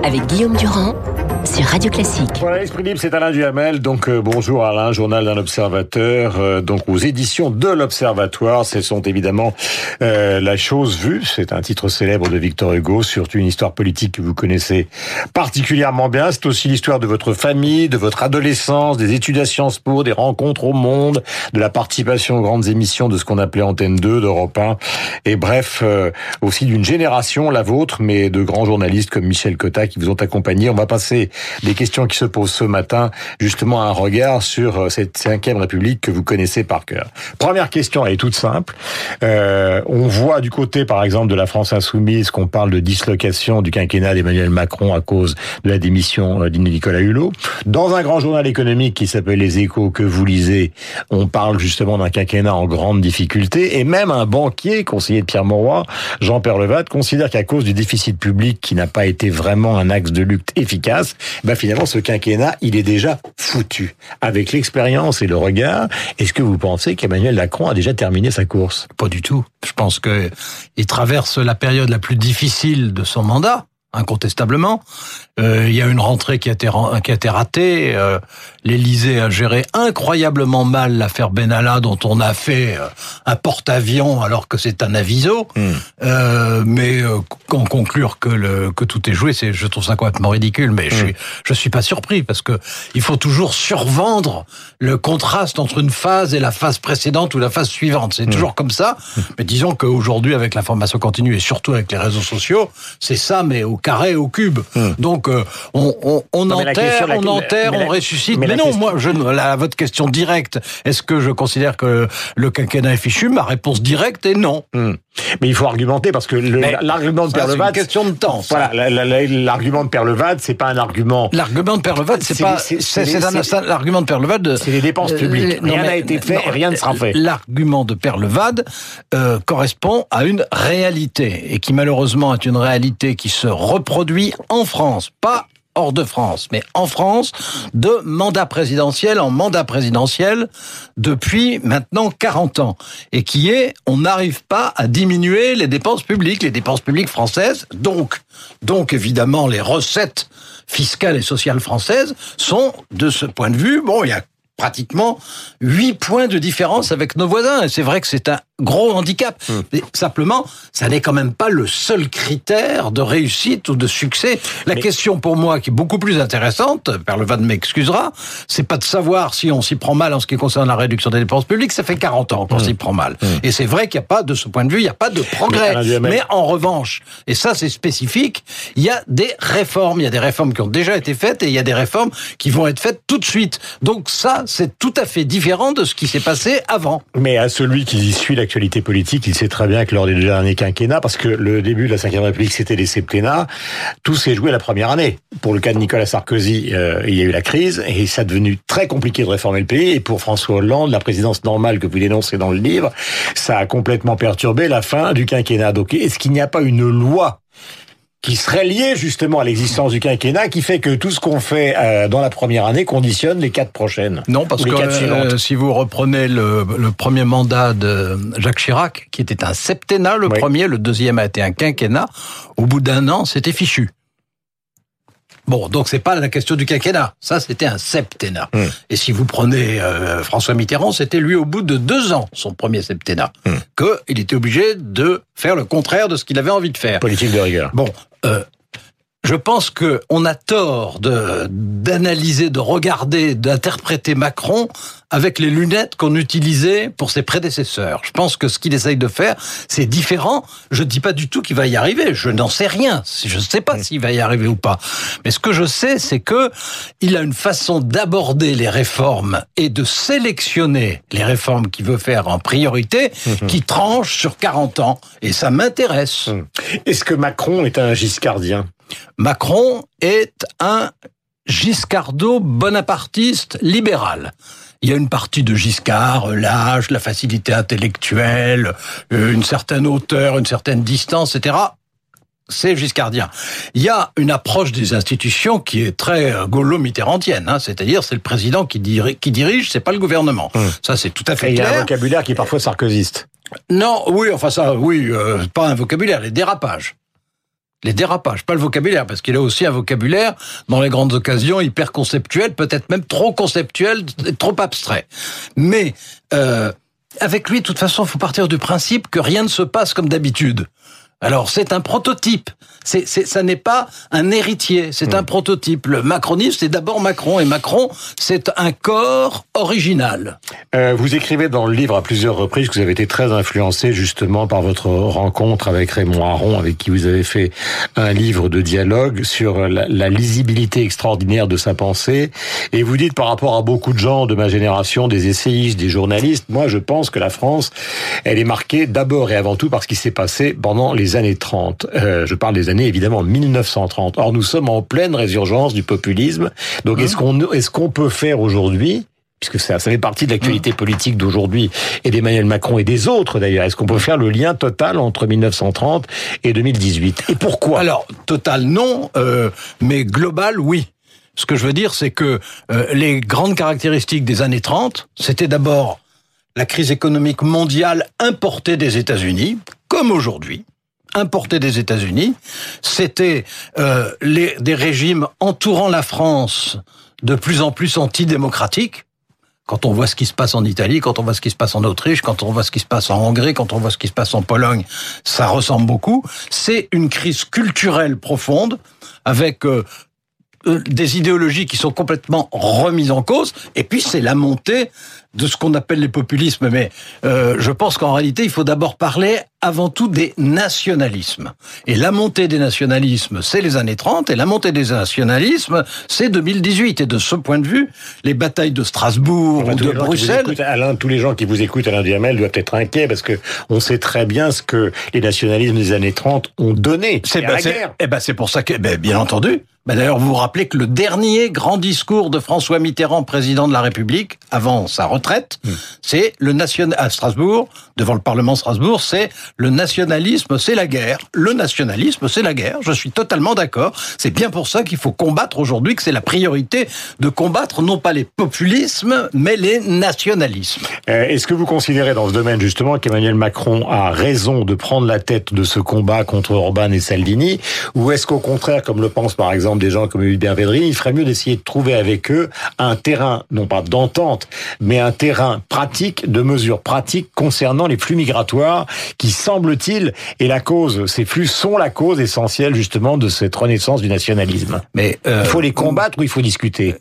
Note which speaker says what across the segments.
Speaker 1: avec Guillaume Durand sur Radio Classique.
Speaker 2: Voilà, l'Esprit Libre, c'est Alain Duhamel. Donc, bonjour Alain, journal d'un observateur. Donc, aux éditions de l'Observatoire, ce sont évidemment La chose vue. C'est un titre célèbre de Victor Hugo, surtout une histoire politique que vous connaissez particulièrement bien. C'est aussi l'histoire de votre famille, de votre adolescence, des études à Sciences Po, des rencontres au Monde, de la participation aux grandes émissions de ce qu'on appelait Antenne 2, d'Europe 1. Et bref, aussi d'une génération, la vôtre, mais de grands journalistes comme Michel Cotta qui vous ont accompagné. On va passer des questions qui se posent ce matin, justement un regard sur cette 5e République que vous connaissez par cœur. Première question, elle est toute simple. On voit du côté, par exemple, de la France Insoumise qu'on parle de dislocation du quinquennat d'Emmanuel Macron à cause de la démission d'Nicolas Hulot. Dans un grand journal économique qui s'appelle Les Échos, que vous lisez, on parle justement d'un quinquennat en grande difficulté, et même un banquier, conseiller de Pierre Mauroy, Jean Peyrelevade, considère qu'à cause du déficit public qui n'a pas été vraiment un axe de lutte efficace, finalement, ce quinquennat, il est déjà foutu. Avec l'expérience et le regard, est-ce que vous pensez qu'Emmanuel Macron a déjà terminé sa course?
Speaker 3: Pas du tout. Je pense que il traverse la période la plus difficile de son mandat, incontestablement. Il y a une rentrée qui a été ratée. L'Élysée a géré incroyablement mal l'affaire Benalla, dont on a fait un porte-avions alors que c'est un aviso. Mais en conclure que tout est joué, je trouve ça complètement ridicule. Mais je suis pas surpris parce que il faut toujours survendre le contraste entre une phase et la phase précédente ou la phase suivante. C'est toujours comme ça. Mais disons qu'aujourd'hui, avec l'information continue et surtout avec les réseaux sociaux, c'est ça, mais au carré, au cube. Donc on enterre, on ressuscite. Mais non, moi, à votre question directe, est-ce que je considère que le quinquennat est fichu? Ma réponse directe est non.
Speaker 2: Mais il faut argumenter parce que l'argument de Peyrelevade,
Speaker 3: c'est une question de temps. Ça.
Speaker 2: Voilà, l'argument de Peyrelevade, c'est pas un argument.
Speaker 3: L'argument de Peyrelevade, l'argument de Peyrelevade.
Speaker 2: C'est les dépenses publiques. Rien n'a été fait, rien ne sera fait.
Speaker 3: L'argument de Peyrelevade correspond à une réalité et qui malheureusement est une réalité qui se reproduit en France, pas hors de France, mais en France, de mandat présidentiel en mandat présidentiel depuis maintenant 40 ans. Et qui est, on n'arrive pas à diminuer les dépenses publiques françaises, donc évidemment les recettes fiscales et sociales françaises sont, de ce point de vue, il y a pratiquement 8 points de différence avec nos voisins. Et c'est vrai que c'est un gros handicap. Mais simplement, ça n'est quand même pas le seul critère de réussite ou de succès. La question pour moi, qui est beaucoup plus intéressante, Peyrelevade m'excusera, c'est pas de savoir si on s'y prend mal en ce qui concerne la réduction des dépenses publiques. Ça fait 40 ans qu'on s'y prend mal. Et c'est vrai qu'il n'y a pas, de ce point de vue, il n'y a pas de progrès. Mais en revanche, et ça c'est spécifique, il y a des réformes. Il y a des réformes qui ont déjà été faites et il y a des réformes qui vont être faites tout de suite. Donc ça, c'est tout à fait différent de ce qui s'est passé avant.
Speaker 2: Mais à celui qui suit l'actualité politique, il sait très bien que lors des 2 derniers quinquennats, parce que le début de la 5e République, c'était les septennats, tout s'est joué la première année. Pour le cas de Nicolas Sarkozy, il y a eu la crise, et ça a devenu très compliqué de réformer le pays, et pour François Hollande, la présidence normale que vous dénoncez dans le livre, ça a complètement perturbé la fin du quinquennat. Donc, est-ce qu'il n'y a pas une loi qui serait lié justement à l'existence du quinquennat, qui fait que tout ce qu'on fait dans la première année conditionne les 4 prochaines?
Speaker 3: Non, parce que si vous reprenez le premier mandat de Jacques Chirac, qui était un septennat, le premier, le deuxième a été un quinquennat, au bout d'1 an, c'était fichu. Bon, donc c'est pas la question du quinquennat. Ça, c'était un septennat. Et si vous prenez François Mitterrand, c'était lui au bout de 2 ans, son premier septennat, qu'il était obligé de faire le contraire de ce qu'il avait envie de faire.
Speaker 2: Politique de rigueur.
Speaker 3: Bon, je pense que on a tort d'analyser, de regarder, d'interpréter Macron avec les lunettes qu'on utilisait pour ses prédécesseurs. Je pense que ce qu'il essaye de faire, c'est différent. Je ne dis pas du tout qu'il va y arriver. Je n'en sais rien. Je ne sais pas s'il va y arriver ou pas. Mais ce que je sais, c'est que il a une façon d'aborder les réformes et de sélectionner les réformes qu'il veut faire en priorité qui tranche sur 40 ans. Et ça m'intéresse.
Speaker 2: Est-ce que Macron est un giscardien?
Speaker 3: Macron est un giscardo-bonapartiste libéral. Il y a une partie de Giscard, l'âge, la facilité intellectuelle, une certaine hauteur, une certaine distance, etc. C'est giscardien. Il y a une approche des institutions qui est très gaulo-mitterrandienne, c'est-à-dire c'est le président qui dirige, c'est pas le gouvernement. Ça, c'est tout à fait clair.
Speaker 2: Il y a un vocabulaire qui est parfois sarkozyste.
Speaker 3: Non, oui, pas un vocabulaire, les dérapages. Les dérapages, pas le vocabulaire, parce qu'il a aussi un vocabulaire, dans les grandes occasions, hyper conceptuel, peut-être même trop conceptuel, trop abstrait. Mais avec lui, de toute façon, il faut partir du principe que rien ne se passe comme d'habitude. Alors, c'est un prototype. Ça n'est pas un héritier, c'est un prototype. Le macronisme, c'est d'abord Macron, et Macron, c'est un corps original.
Speaker 2: Vous écrivez dans le livre à plusieurs reprises que vous avez été très influencé justement par votre rencontre avec Raymond Aron, avec qui vous avez fait un livre de dialogue sur la lisibilité extraordinaire de sa pensée. Et vous dites, par rapport à beaucoup de gens de ma génération, des essayistes, des journalistes, moi je pense que la France, elle est marquée d'abord et avant tout par ce qui s'est passé pendant les années 30. Je parle des années évidemment 1930. Or nous sommes en pleine résurgence du populisme. Donc est-ce qu'on peut faire aujourd'hui, puisque ça fait partie de l'actualité politique d'aujourd'hui et d'Emmanuel Macron et des autres d'ailleurs, est-ce qu'on peut faire le lien total entre 1930 et 2018 ? Et pourquoi ?
Speaker 3: Alors, total non, mais global oui. Ce que je veux dire, c'est que les grandes caractéristiques des années 30, c'était d'abord la crise économique mondiale importée des États-Unis, comme aujourd'hui. Importé des États-Unis, c'était des régimes entourant la France de plus en plus antidémocratiques. Quand on voit ce qui se passe en Italie, quand on voit ce qui se passe en Autriche, quand on voit ce qui se passe en Hongrie, quand on voit ce qui se passe en Pologne, ça ressemble beaucoup. C'est une crise culturelle profonde avec des idéologies qui sont complètement remises en cause. Et puis c'est la montée de ce qu'on appelle les populismes. Mais je pense qu'en réalité, il faut d'abord parler avant tout des nationalismes. Et la montée des nationalismes, c'est les années 30, et la montée des nationalismes, c'est 2018. Et de ce point de vue, les batailles de Strasbourg ou de Bruxelles...
Speaker 2: Tous les gens qui vous écoutent, Alain Duhamel, doivent être inquiets, parce que on sait très bien ce que les nationalismes des années 30 ont donné à la guerre.
Speaker 3: C'est pour ça que, bien entendu... D'ailleurs, vous vous rappelez que le dernier grand discours de François Mitterrand, président de la République, avant sa retraite, c'est à Strasbourg, devant le Parlement de Strasbourg, c'est le nationalisme, c'est la guerre. Le nationalisme, c'est la guerre. Je suis totalement d'accord. C'est bien pour ça qu'il faut combattre aujourd'hui, que c'est la priorité de combattre non pas les populismes, mais les nationalismes.
Speaker 2: Est-ce que vous considérez dans ce domaine justement qu'Emmanuel Macron a raison de prendre la tête de ce combat contre Orban et Salvini, ou est-ce qu'au contraire, comme le pense par exemple des gens comme Hubert Védrine, il ferait mieux d'essayer de trouver avec eux un terrain, non pas d'entente, mais un terrain pratique, de mesures pratiques concernant les flux migratoires qui, semble-t-il, ces flux sont la cause essentielle justement de cette renaissance du nationalisme. Mais il faut les combattre ou il faut discuter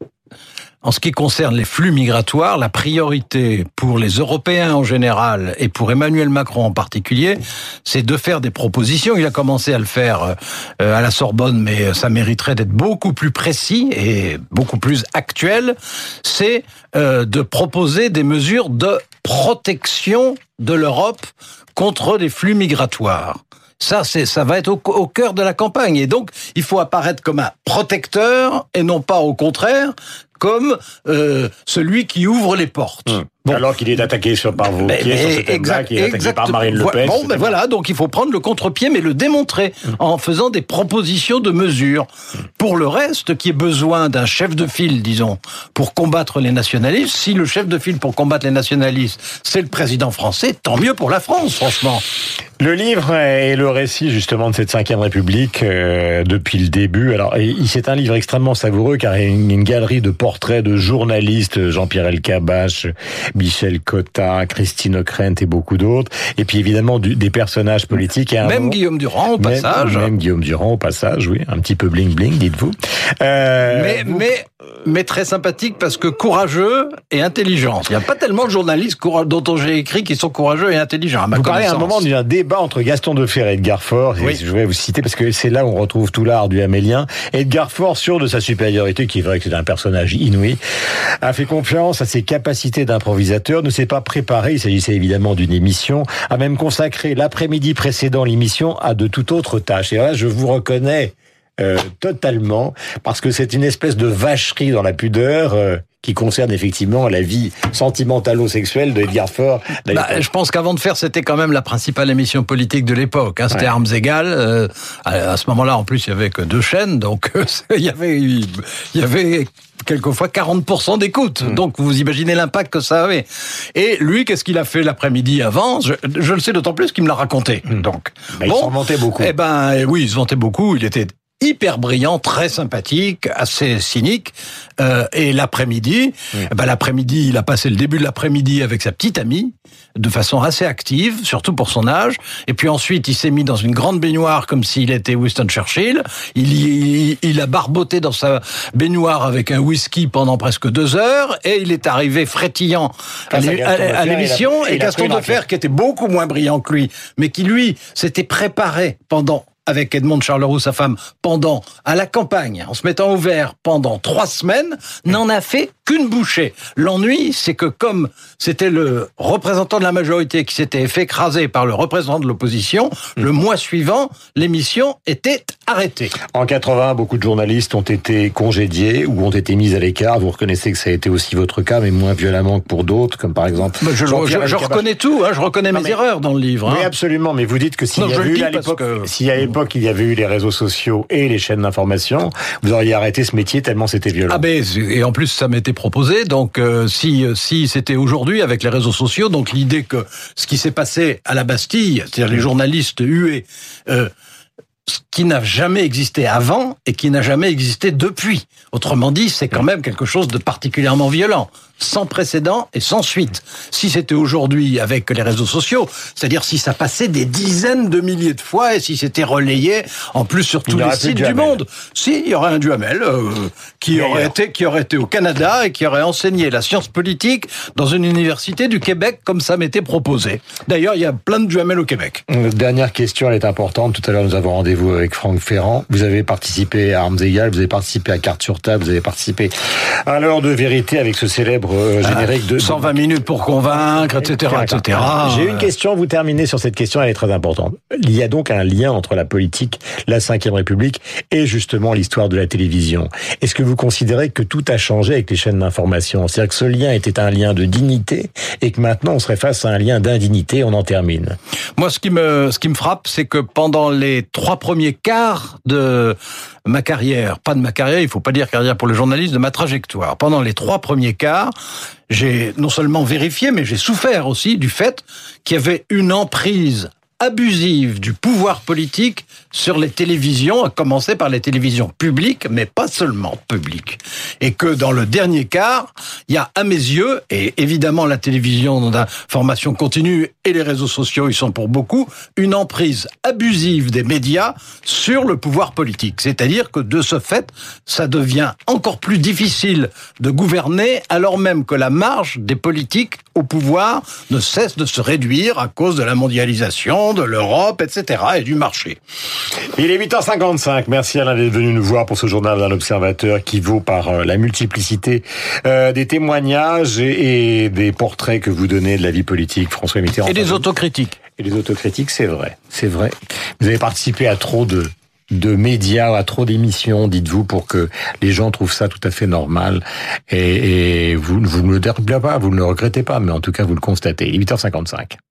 Speaker 3: En ce qui concerne les flux migratoires, la priorité pour les Européens en général et pour Emmanuel Macron en particulier, c'est de faire des propositions. Il a commencé à le faire à la Sorbonne, mais ça mériterait d'être beaucoup plus précis et beaucoup plus actuel. C'est de proposer des mesures de protection de l'Europe contre les flux migratoires. Ça va être au cœur de la campagne. Et donc, il faut apparaître comme un protecteur et non pas au contraire comme celui qui ouvre les portes.
Speaker 2: Bon. Alors qu'il est attaqué par Wauquiez sur ce thème-là, qui est attaqué par Marine Le Pen.
Speaker 3: Voilà, donc il faut prendre le contre-pied, mais le démontrer en faisant des propositions de mesures. Pour le reste, qui est besoin d'un chef de file, disons, pour combattre les nationalistes, si le chef de file pour combattre les nationalistes, c'est le président français, tant mieux pour la France, franchement.
Speaker 2: Le livre est le récit justement de cette 5e République depuis le début. Alors, c'est un livre extrêmement savoureux car il y a une galerie de portraits de journalistes, Jean-Pierre Elkabbach, Michel Cotta, Christine Ockrent et beaucoup d'autres. Et puis évidemment des personnages politiques. Et
Speaker 3: même Guillaume Durand au passage.
Speaker 2: Même Guillaume Durand au passage, oui. Un petit peu bling-bling, dites-vous.
Speaker 3: Mais très sympathique parce que courageux et intelligent. Il n'y a pas tellement de journalistes dont j'ai écrit qui sont courageux et intelligents, à ma connaissance.
Speaker 2: Vous parlez à un moment d'un débat entre Gaston Defferre et Edgar Faure. Oui. Je vais vous citer parce que c'est là où on retrouve tout l'art du Hamélien. Edgar Faure, sûr de sa supériorité, qui est vrai que c'est un personnage inouï, a fait confiance à ses capacités d'improvisateur, ne s'est pas préparé, il s'agissait évidemment d'une émission, a même consacré l'après-midi précédent l'émission à de toute autre tâche. Et là, je vous reconnais totalement, parce que c'est une espèce de vacherie dans la pudeur qui concerne effectivement la vie sentimentalo-sexuelle de Edgar Faure.
Speaker 3: Je pense qu'avant de faire, c'était quand même la principale émission politique de l'époque. C'était Armes égales. À ce moment-là, en plus, il y avait que 2 chaînes, donc il y avait quelquefois 40% d'écoute. Donc vous imaginez l'impact que ça avait. Et lui, qu'est-ce qu'il a fait l'après-midi avant ? Je le sais d'autant plus qu'il me l'a raconté. Donc
Speaker 2: il s'en vantait beaucoup.
Speaker 3: Oui, il se vantait beaucoup. Il était hyper brillant, très sympathique, assez cynique. Et l'après-midi, il a passé le début de l'après-midi avec sa petite amie, de façon assez active, surtout pour son âge. Et puis ensuite, il s'est mis dans une grande baignoire comme s'il était Winston Churchill. Il a barboté dans sa baignoire avec un whisky pendant presque 2 heures. Et il est arrivé frétillant à l'émission. Et Gaston Defferre, qui était beaucoup moins brillant que lui, mais qui, lui, s'était préparé avec Edmond de Charleroux, sa femme, à la campagne, en se mettant au vert pendant 3 semaines, n'en a fait qu'une bouchée. L'ennui, c'est que comme c'était le représentant de la majorité qui s'était fait écraser par le représentant de l'opposition, le mois suivant, l'émission était arrêtée.
Speaker 2: En 80, beaucoup de journalistes ont été congédiés ou ont été mis à l'écart. Vous reconnaissez que ça a été aussi votre cas, mais moins violemment que pour d'autres, comme par exemple...
Speaker 3: Je reconnais tout, je reconnais mes erreurs dans le livre.
Speaker 2: Oui, absolument, mais vous dites que s'il y à l'époque, il y avait eu les réseaux sociaux et les chaînes d'information, vous auriez arrêté ce métier tellement c'était violent.
Speaker 3: Et en plus, ça m'était proposé, donc si c'était aujourd'hui avec les réseaux sociaux, donc l'idée que ce qui s'est passé à la Bastille, c'est-à-dire les journalistes hués, ce qui n'a jamais existé avant et qui n'a jamais existé depuis. Autrement dit, c'est quand même quelque chose de particulièrement violent, sans précédent et sans suite. Si c'était aujourd'hui avec les réseaux sociaux, c'est-à-dire si ça passait des dizaines de milliers de fois et si c'était relayé en plus sur tous les sites du monde, il y aurait un Duhamel qui aurait été au Canada et qui aurait enseigné la science politique dans une université du Québec comme ça m'était proposé. D'ailleurs, il y a plein de Duhamel au Québec.
Speaker 2: Dernière question, elle est importante. Tout à l'heure, nous avons rendez-vous avec Franck Ferrand. Vous avez participé à Armes égales, vous avez participé à Cartes sur table, vous avez participé à l'heure de vérité avec ce célèbre générique de
Speaker 3: 120 minutes pour convaincre, etc., etc.
Speaker 2: J'ai une question, vous terminez sur cette question, elle est très importante. Il y a donc un lien entre la politique, la Ve République et justement l'histoire de la télévision. Est-ce que vous considérez que tout a changé avec les chaînes d'information ? C'est-à-dire que ce lien était un lien de dignité et que maintenant on serait face à un lien d'indignité, on en termine.
Speaker 3: Moi, ce qui me frappe, c'est que pendant les 3 premiers quarts de ma carrière, pas de ma carrière, il faut pas dire carrière pour le journaliste, de ma trajectoire. Pendant les 3 premiers quarts, j'ai non seulement vérifié, mais j'ai souffert aussi du fait qu'il y avait une emprise abusive du pouvoir politique sur les télévisions, à commencer par les télévisions publiques, mais pas seulement publiques. Et que dans le dernier quart, il y a à mes yeux, et évidemment la télévision d'information continue et les réseaux sociaux, ils sont pour beaucoup, une emprise abusive des médias sur le pouvoir politique. C'est-à-dire que de ce fait, ça devient encore plus difficile de gouverner, alors même que la marge des politiques au pouvoir ne cesse de se réduire à cause de la mondialisation, de l'Europe, etc., et du marché.
Speaker 2: Il est 8h55. Merci Alain d'être venu nous voir pour ce journal d'un observateur qui vaut par la multiplicité des témoignages et des portraits que vous donnez de la vie politique, François Mitterrand.
Speaker 3: Et des autocritiques.
Speaker 2: Et des autocritiques, c'est vrai. C'est vrai. Vous avez participé à trop de médias, à trop d'émissions, dites-vous, pour que les gens trouvent ça tout à fait normal. Et vous ne le regrettez pas, mais en tout cas, vous le constatez. Il est 8h55.